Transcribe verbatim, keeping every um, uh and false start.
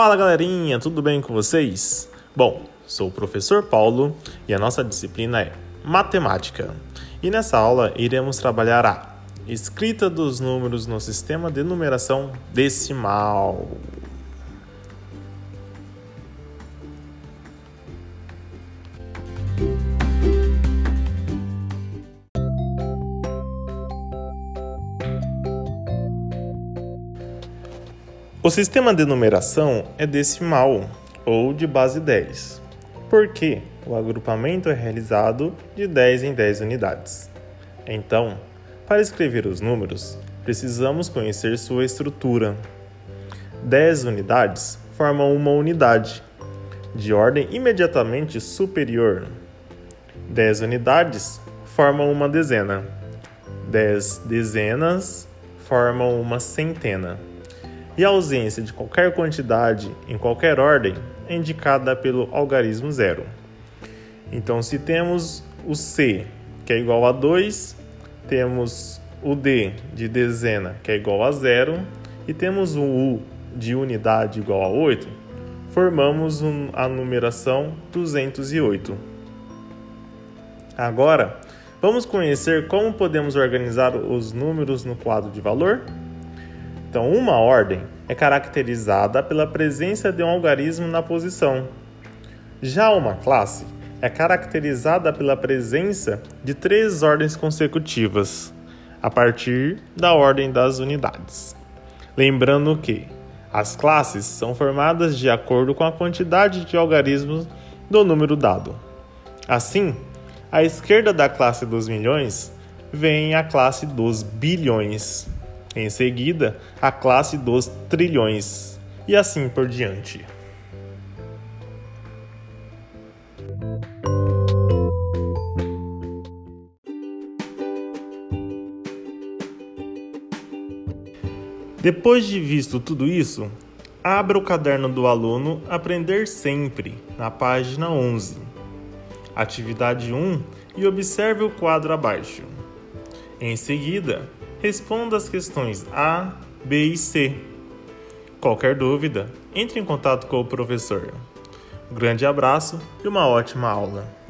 Fala galerinha, tudo bem com vocês? Bom, sou o professor Paulo e a nossa disciplina é Matemática. E nessa aula iremos trabalhar a escrita dos números no sistema de numeração decimal. O sistema de numeração é decimal, ou de base dez, porque o agrupamento é realizado de dez em dez unidades. Então, para escrever os números, precisamos conhecer sua estrutura. dez unidades formam uma unidade, de ordem imediatamente superior. dez unidades formam uma dezena. dez dezenas formam uma centena. E a ausência de qualquer quantidade em qualquer ordem é indicada pelo algarismo zero. Então, se temos o C, que é igual a dois, temos o D de dezena, que é igual a zero, e temos o U de unidade igual a oito, formamos a numeração duzentos e oito. Agora, vamos conhecer como podemos organizar os números no quadro de valor? Então, uma ordem é caracterizada pela presença de um algarismo na posição. Já uma classe é caracterizada pela presença de três ordens consecutivas, a partir da ordem das unidades. Lembrando que as classes são formadas de acordo com a quantidade de algarismos do número dado. Assim, à esquerda da classe dos milhões vem a classe dos bilhões. Em seguida, a classe dos trilhões, e assim por diante. Depois de visto tudo isso, abra o caderno do aluno Aprender Sempre, na página onze. Atividade um, e observe o quadro abaixo. Em seguida, responda as questões A, B e C. Qualquer dúvida, entre em contato com o professor. Um grande abraço e uma ótima aula!